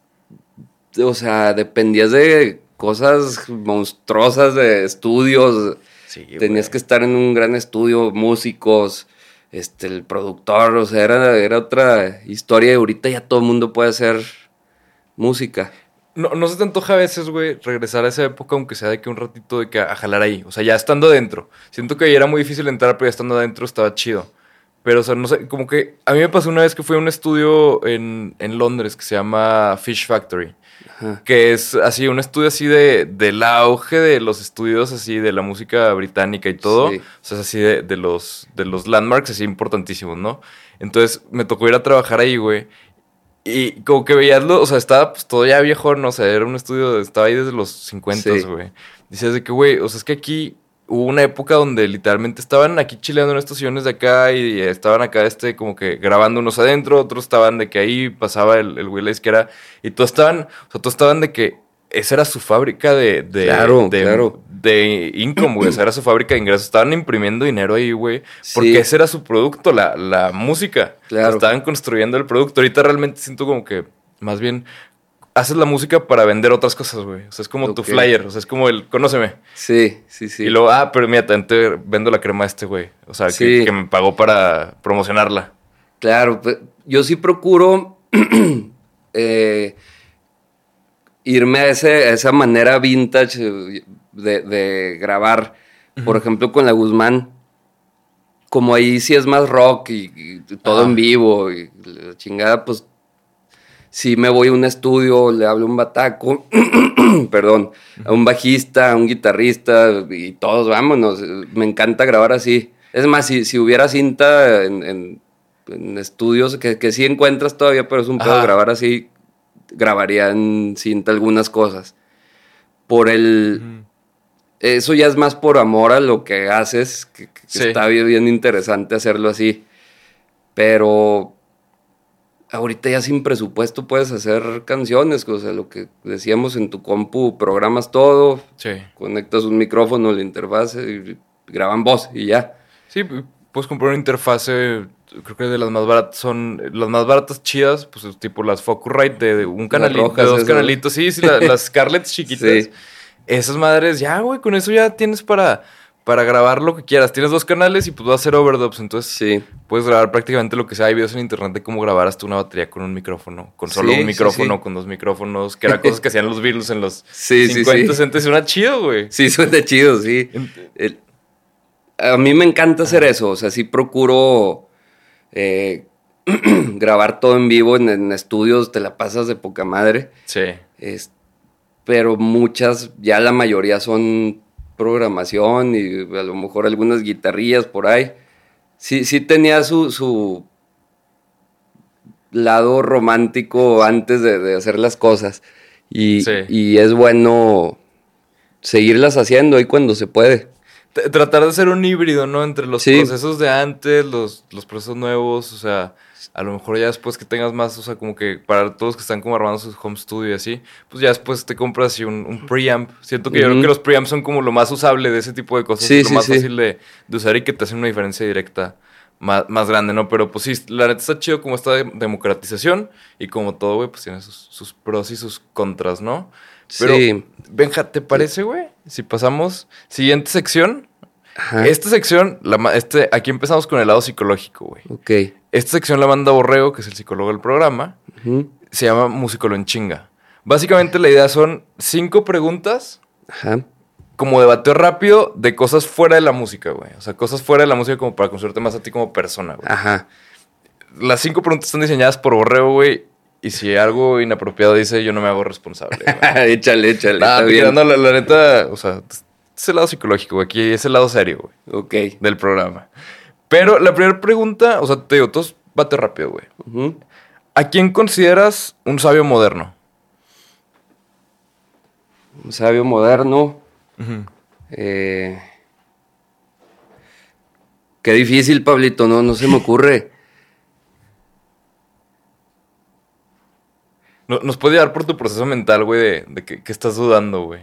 O sea, dependías de cosas monstruosas de estudios. Sí, tenías güey. que estar en un gran estudio, músicos... Este, el productor, o sea, era, era otra historia y ahorita ya todo el mundo puede hacer música. No, no se te antoja a veces, güey, regresar a esa época, aunque sea de que un ratito de que a, a jalar ahí. O sea, ya estando adentro. Siento que ahí era muy difícil entrar, pero ya estando adentro estaba chido. Pero, o sea, no sé, como que a mí me pasó una vez que fui a un estudio en, en Londres que se llama Fish Factory. Ajá. Que es así, un estudio así de del auge de los estudios así de la música británica y todo. Sí. O sea, es así de, de, los, de los landmarks así importantísimos, ¿no? Entonces me tocó ir a trabajar ahí, güey. Y como que veíaslo, o sea, estaba pues todo ya viejo, no sé, era un estudio, estaba ahí desde los cincuenta, güey. Sí. Dices de que, güey, o sea, es que aquí hubo una época donde literalmente estaban aquí chileando en estaciones de acá y estaban acá, este, como que grabando unos adentro, otros estaban de que ahí pasaba el, el güey la izquierda y todos estaban, o sea, todos estaban de que esa era su fábrica de, de, claro, de, claro. de income, güey, o sea, era su fábrica de ingresos, estaban imprimiendo dinero ahí, güey, porque sí. ese era su producto, la, la música, claro. O sea, estaban construyendo el producto, ahorita realmente siento como que, más bien... Haces la música para vender otras cosas, güey. O sea, es como okay. tu flyer. O sea, es como el... Conóceme. Sí, sí, sí. Y luego, ah, pero mira, también te vendo la crema a este, güey. O sea, sí. que, que me pagó para promocionarla. Claro. Pues, yo sí procuro eh, irme a, ese, a esa manera vintage de, de grabar. Uh-huh. Por ejemplo, con la Guzmán. Como ahí sí es más rock y, y todo ah. en vivo y la chingada, pues... si me voy a un estudio, le hablo a un bataco, perdón, a un bajista, a un guitarrista, y todos vámonos. Me encanta grabar así. Es más, si, si hubiera cinta en, en, en estudios, que, que sí encuentras todavía, pero es un pedo grabar así, grabaría en cinta algunas cosas. Por el... Uh-huh. Eso ya es más por amor a lo que haces, que, que sí. Está bien, bien interesante hacerlo así. Pero... ahorita ya sin presupuesto puedes hacer canciones, o sea, lo que decíamos en tu compu, programas todo, sí. Conectas un micrófono, la interfase y graban voz y ya. Sí, puedes comprar una interfase, creo que de las más baratas son, las más baratas chidas, pues tipo las Focusrite de, de un canalito, rojas, de dos eso. Canalitos, sí, sí, la, las Scarlett chiquitas. Sí. Esas madres, ya, güey, con eso ya tienes para... para grabar lo que quieras. Tienes dos canales y pues vas a hacer overdubs. Entonces sí. Puedes grabar prácticamente lo que sea. Hay videos en internet de cómo grabar hasta una batería con un micrófono. Con solo sí, un micrófono, sí, sí. Con dos micrófonos. Que eran cosas que hacían los Beatles en los sí, cincuenta, sesenta. Sí, sí. Suena chido, güey. Sí, suena chido, sí. El, a mí me encanta hacer eso. O sea, sí procuro eh, grabar todo en vivo en, en estudios. Te la pasas de poca madre. Sí. Es, pero muchas, ya la mayoría son... programación y a lo mejor algunas guitarrillas por ahí. Sí, sí tenía su, su lado romántico antes de, de hacer las cosas. Y, sí. Y es bueno seguirlas haciendo ahí cuando se puede. Tratar de hacer un híbrido, ¿no? Entre los sí. procesos de antes, los, los procesos nuevos, o sea... A lo mejor ya después que tengas más, o sea, como que para todos que están como armando sus home studio y así, pues ya después te compras así un, un preamp. Siento que uh-huh. yo creo que los preamps son como lo más usable de ese tipo de cosas. Sí, lo sí, más sí. fácil de, de usar y que te hacen una diferencia directa más, más grande, ¿no? Pero pues sí, la neta está chido como esta democratización y como todo, güey, pues tiene sus, sus pros y sus contras, ¿no? Pero, sí. Benja, ¿te parece, güey? Si pasamos, siguiente sección... Ajá. Esta sección, la, este, aquí empezamos con el lado psicológico, güey. Ok. Esta sección la manda Borrego, que es el psicólogo del programa. Uh-huh. Se llama Musicolo en Chinga. Básicamente la idea son cinco preguntas. Ajá. Como debateo rápido de cosas fuera de la música, güey. O sea, cosas fuera de la música como para conocerte más a ti como persona, güey. Ajá. Las cinco preguntas están diseñadas por Borrego, güey. Y si algo inapropiado dice, yo no me hago responsable. échale, échale. Nah, está bien. La, la neta, o sea... Es el lado psicológico, güey. Aquí es el lado serio, güey. Ok. Del programa. Pero la primera pregunta, o sea, te digo, todos bate rápido, güey. Uh-huh. ¿A quién consideras un sabio moderno? Un sabio moderno. Uh-huh. Eh... Qué difícil, Pablito. No, no se me ocurre. no, ¿Nos puede dar por tu proceso mental, güey, de, de que, que estás dudando, güey?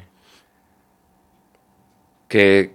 Que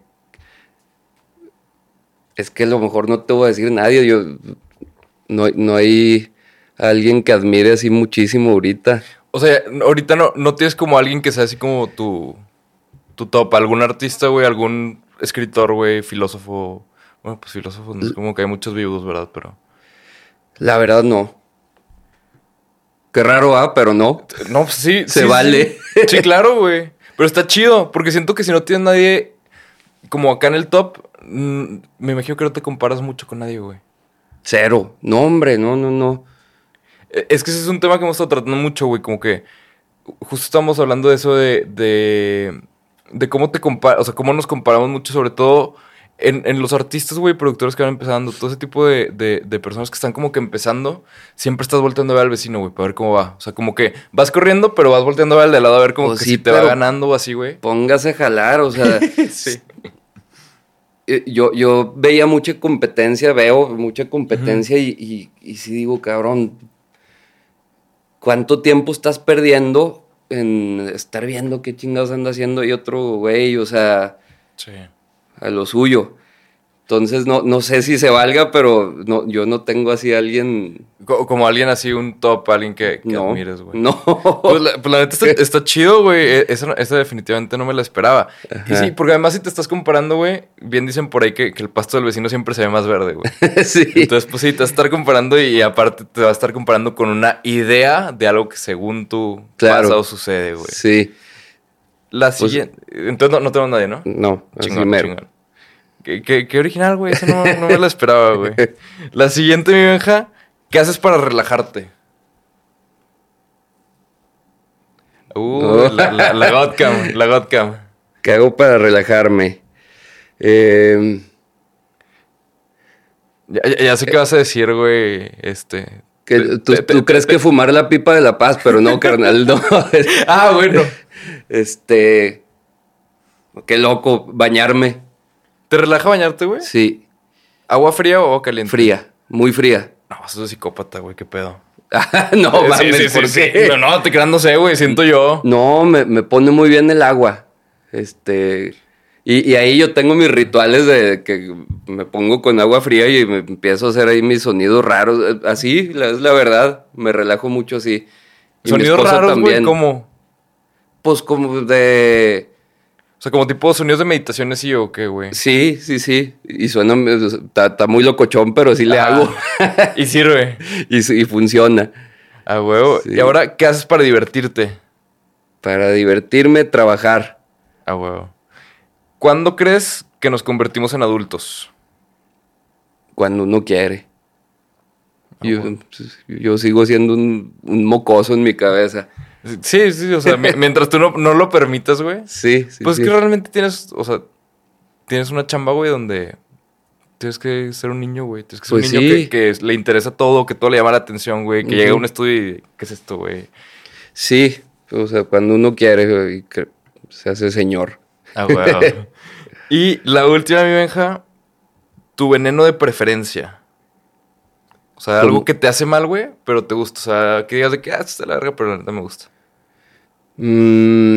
es que a lo mejor no te voy a decir nadie. Yo no, no hay alguien que admire así muchísimo ahorita. O sea, ahorita no, no tienes como alguien que sea así como tu, tu top, algún artista, güey, algún escritor, güey, filósofo. Bueno, pues filósofo, no es como que hay muchos vivos, ¿verdad? Pero la verdad no. Qué raro, ¿ah? Pero no. No, pues sí. Se sí, vale. Sí, sí claro, güey. Pero está chido, porque siento que si no tienes nadie como acá en el top, mmm, me imagino que no te comparas mucho con nadie, güey. Cero. No, hombre, no, no, no. Es que ese es un tema que hemos estado tratando mucho, güey. Como que justo estamos hablando de eso de... De, de cómo te comparas, o sea, cómo nos comparamos mucho, sobre todo en, en los artistas, güey, productores que van empezando. Todo ese tipo de, de, de personas que están como que empezando. Siempre estás volteando a ver al vecino, güey, para ver cómo va. O sea, como que vas corriendo, pero vas volteando a ver al de lado a ver como pues que sí, si te va ganando o así, güey. Póngase a jalar, o sea... sí. Yo, yo veía mucha competencia, veo mucha competencia uh-huh. y, y, y sí digo, cabrón, ¿cuánto tiempo estás perdiendo en estar viendo qué chingados anda haciendo y otro güey? O sea, sí. A lo suyo. Entonces, no, no sé si se valga, pero no, yo no tengo así a alguien... Como alguien así, un top, alguien que, que no, admires, güey. No. Pues la, pues la neta está, está chido, güey. Esa, esa definitivamente no me la esperaba. Ajá. Y sí, porque además si te estás comparando, güey, bien dicen por ahí que, que el pasto del vecino siempre se ve más verde, güey. Sí. Entonces, pues sí, te vas a estar comparando y aparte te vas a estar comparando con una idea de algo que según tú claro. pasa o sucede, güey. Sí. La siguiente... Pues, entonces no, no tenemos nadie, ¿no? No, chingón, mero. chingón. Qué, qué, qué original, güey. Eso no, no me lo esperaba, güey. La siguiente, mi Benja. ¿Qué haces para relajarte? Uh, no. la, la, la Godcam, la Godcam. ¿Qué hago para relajarme? Eh... Ya, ya, ya sé qué vas a decir, güey. Este. Que te, tú, te, tú te, crees te, que fumar la pipa de la paz, pero no, carnal, no. Ah, bueno. Este. Qué loco, bañarme. ¿Te relaja bañarte, güey? Sí. ¿Agua fría o agua caliente? Fría, muy fría. No, eso es psicópata, güey, qué pedo. No, mames, sí, sí, ¿por sí, qué? Sí. No, no, te creas, no sé, güey, siento yo. No, me, me pone muy bien el agua. Este. Y, y ahí yo tengo mis rituales de que me pongo con agua fría y me empiezo a hacer ahí mis sonidos raros. Así, la, es la verdad. Me relajo mucho así. Y ¿sonidos raros, güey? ¿Cómo? Pues como de... O sea, como tipo sonidos de meditación así o qué, güey. Sí, sí, sí. Y suena... Está muy locochón, pero sí le ah, hago. Y sirve. y, y funciona. Ah, huevo. Sí. ¿Y ahora qué haces para divertirte? Para divertirme, trabajar. Ah, huevo. ¿Cuándo crees que nos convertimos en adultos? Cuando uno quiere. Oh, yo, bueno. yo sigo siendo un, un mocoso en mi cabeza. Sí, sí, o sea, mientras tú no, no lo permitas, güey. Sí, sí. Pues sí. es que realmente tienes, o sea, tienes una chamba, güey, donde tienes que ser un niño, güey. Tienes que ser pues un niño sí. que, que le interesa todo, que todo le llama la atención, güey. Que uh-huh. llega a un estudio y, ¿qué es esto, güey? Sí, o sea, cuando uno quiere, se hace señor. Ah, güey. Y la última, mi Benja, tu veneno de preferencia. O sea, ¿cómo? Algo que te hace mal, güey, pero te gusta. O sea, que digas de que, ah, está larga, pero no me gusta. Mm,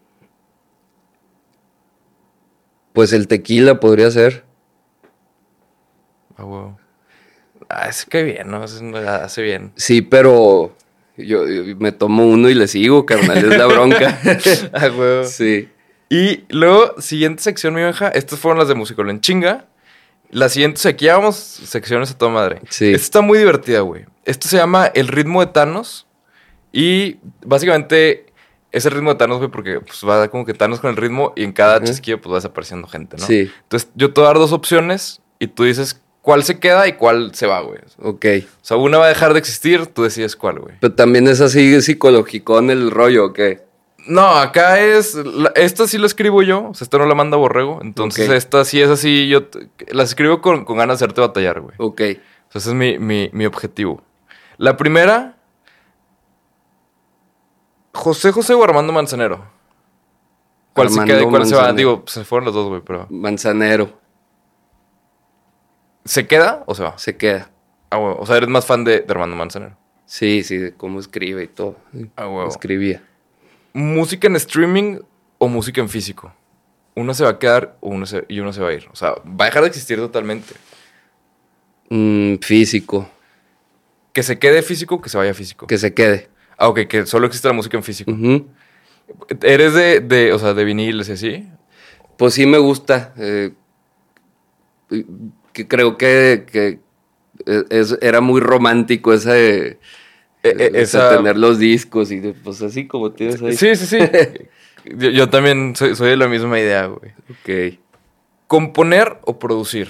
pues el tequila podría ser. Ah, wow. Ah, ese cae bien, ¿no? Ese hace bien. Sí, pero yo, yo me tomo uno y le sigo, carnal, es la bronca. Ah, güey. Sí. Y luego, siguiente sección, mi Benja. Estas fueron las de Musical en chinga. La siguiente, o sea, aquí ya vamos secciones a toda madre. Sí. Esta está muy divertida, güey. Esto se llama El ritmo de Thanos. Y básicamente es el ritmo de Thanos, güey, porque pues, va como que Thanos con el ritmo y en cada uh-huh. chasquido pues va desapareciendo gente, ¿no? Sí. Entonces yo te voy a dar dos opciones y tú dices cuál se queda y cuál se va, güey. Ok. O sea, una va a dejar de existir, tú decides cuál, güey. Pero también es así psicológico en el rollo, ¿o qué? No, acá es... La, esta sí la escribo yo. O sea, esta no la manda Borrego. Entonces, okay. esta sí es así. Yo las escribo con, con ganas de hacerte batallar, güey. Ok. O sea, ese es mi, mi, mi objetivo. La primera... José José o Armando Manzanero. ¿Cuál Armando se queda y cuál Manzanero. se va? Digo, se fueron los dos, güey, pero... Manzanero. ¿Se queda o se va? Se queda. Ah, güey. O sea, eres más fan de, de Armando Manzanero. Sí, sí, de cómo escribe y todo. Ah, güey. Escribía. ¿Música en streaming o música en físico? Uno se va a quedar uno se, y uno se va a ir. O sea, va a dejar de existir totalmente. Mm, físico. ¿Que se quede físico o que se vaya físico? Que se quede. Ah, ok, que solo existe la música en físico. Uh-huh. ¿Eres de, de, o sea, de viniles y así? Pues sí me gusta. Eh, que creo que, que es, era muy romántico ese... Eh, esa... tener los discos y pues así como tienes ahí. Sí, sí, sí. yo, yo también soy, soy de la misma idea, güey. Ok. ¿Componer o producir?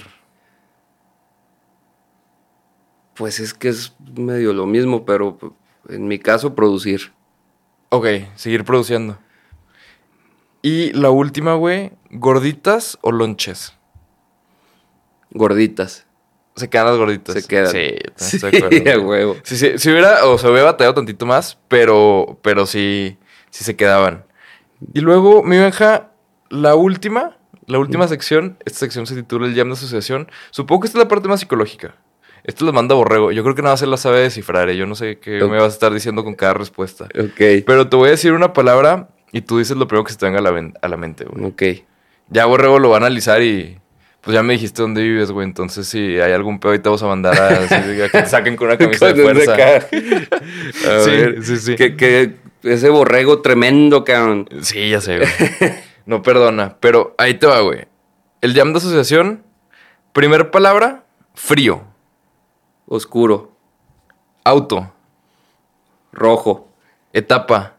Pues es que es medio lo mismo, pero en mi caso producir. Ok, seguir produciendo. Y la última, güey, ¿gorditas o lonches? Gorditas. Se quedan las gorditas. Se quedan. Sí, sí, estoy de acuerdo. A huevo. Sí, sí, si hubiera, o se hubiera batallado tantito más, pero, pero sí, sí se quedaban. Y luego, mi Benja, la última, la última mm. sección, esta sección se titula El Jam de Asociación. Supongo que esta es la parte más psicológica. Esto la manda Borrego. Yo creo que nada más él la sabe descifrar, ¿eh? Yo no sé qué okay. me vas a estar diciendo con cada respuesta. Ok. Pero te voy a decir una palabra y tú dices lo primero que se te venga a la, ven- a la mente, güey. Ok. Ya Borrego lo va a analizar y... Pues ya me dijiste dónde vives, güey. Entonces, si hay algún pedo, ahí te vamos a mandar a, así, a que te saquen con una camisa de fuerza. A sí, ver, sí, sí. Que, que ese Borrego tremendo, cabrón. Sí, ya sé, güey. No perdona. Pero ahí te va, güey. El jam de asociación. Primer palabra, frío. Oscuro. Auto. Rojo. Etapa.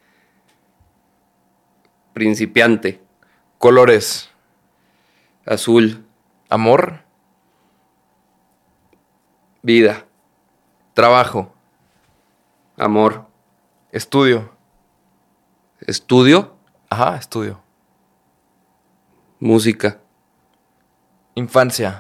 Principiante. Colores. Azul. Amor. Vida. Trabajo. Amor. Estudio. Estudio. Ajá, estudio. Música. Infancia.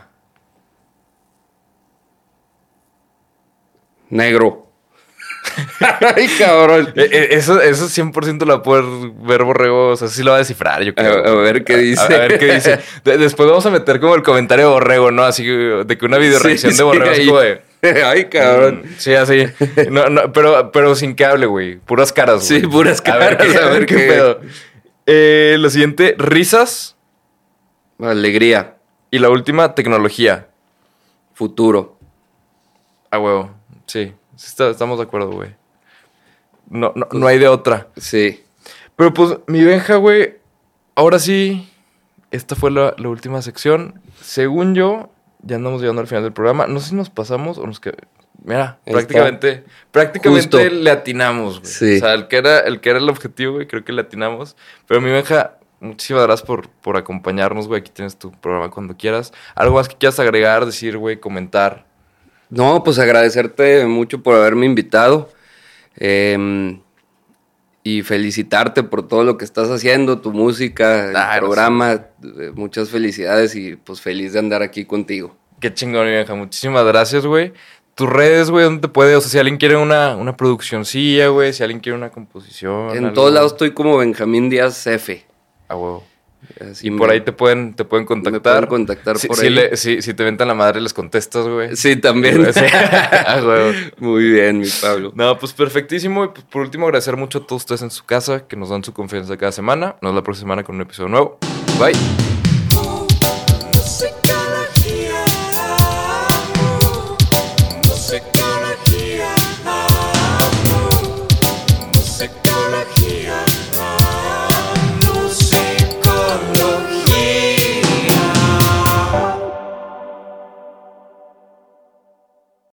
Negro. Ay, cabrón. Eh, eh, Eso, eso cien por ciento lo va a poder ver Borrego. O sea, sí lo va a descifrar, yo creo. A, a ver qué dice. A, a ver qué dice. De- después vamos a meter como el comentario de Borrego, ¿no? Así que de que una video reacción Sí, de Borrego sí, es como de... Ay, cabrón. Mm, sí, así. No, no, pero, pero sin que hable, güey. Puras caras, güey. Sí, puras A ver caras, qué, a ver qué qué. pedo. Eh, lo siguiente, risas. Alegría. Y la última, tecnología. Futuro. A huevo. Sí, sí está- estamos de acuerdo, güey. No, no, no hay de otra. Sí. Pero pues, mi Benja, güey, ahora sí, esta fue la, la última sección. Según yo, ya andamos llegando al final del programa. No sé si nos pasamos o nos quedamos. Mira, Ahí prácticamente, prácticamente Justo. le atinamos, güey. Sí. O sea, el que era el, que era el objetivo, güey, creo que le atinamos. Pero mi Benja, muchísimas gracias por, por acompañarnos, güey. Aquí tienes tu programa cuando quieras. ¿Algo más que quieras agregar, decir, güey, comentar? No, pues agradecerte mucho por haberme invitado. Eh, y felicitarte por todo lo que estás haciendo, tu música, el Ah, programa. Eh, Muchas felicidades y pues feliz de andar aquí contigo. Qué chingón, mi Benja. Muchísimas gracias, güey. Tus redes, güey, ¿dónde te puede? O sea, si alguien quiere una, una produccioncilla, güey, si alguien quiere una composición. En algo. todos lados estoy como Benjamín Díaz F. A huevo. Así Y me- por ahí te pueden, te pueden contactar. Me pueden contactar si, por si ahí. le- si, si te ventan la madre, les contestas, güey. Sí, también. Sí. A huevo. Muy bien, mi Pablo. No, pues perfectísimo. Y pues, por último, agradecer mucho a todos ustedes en su casa que nos dan su confianza cada semana. Nos vemos la próxima semana con un episodio nuevo. Bye.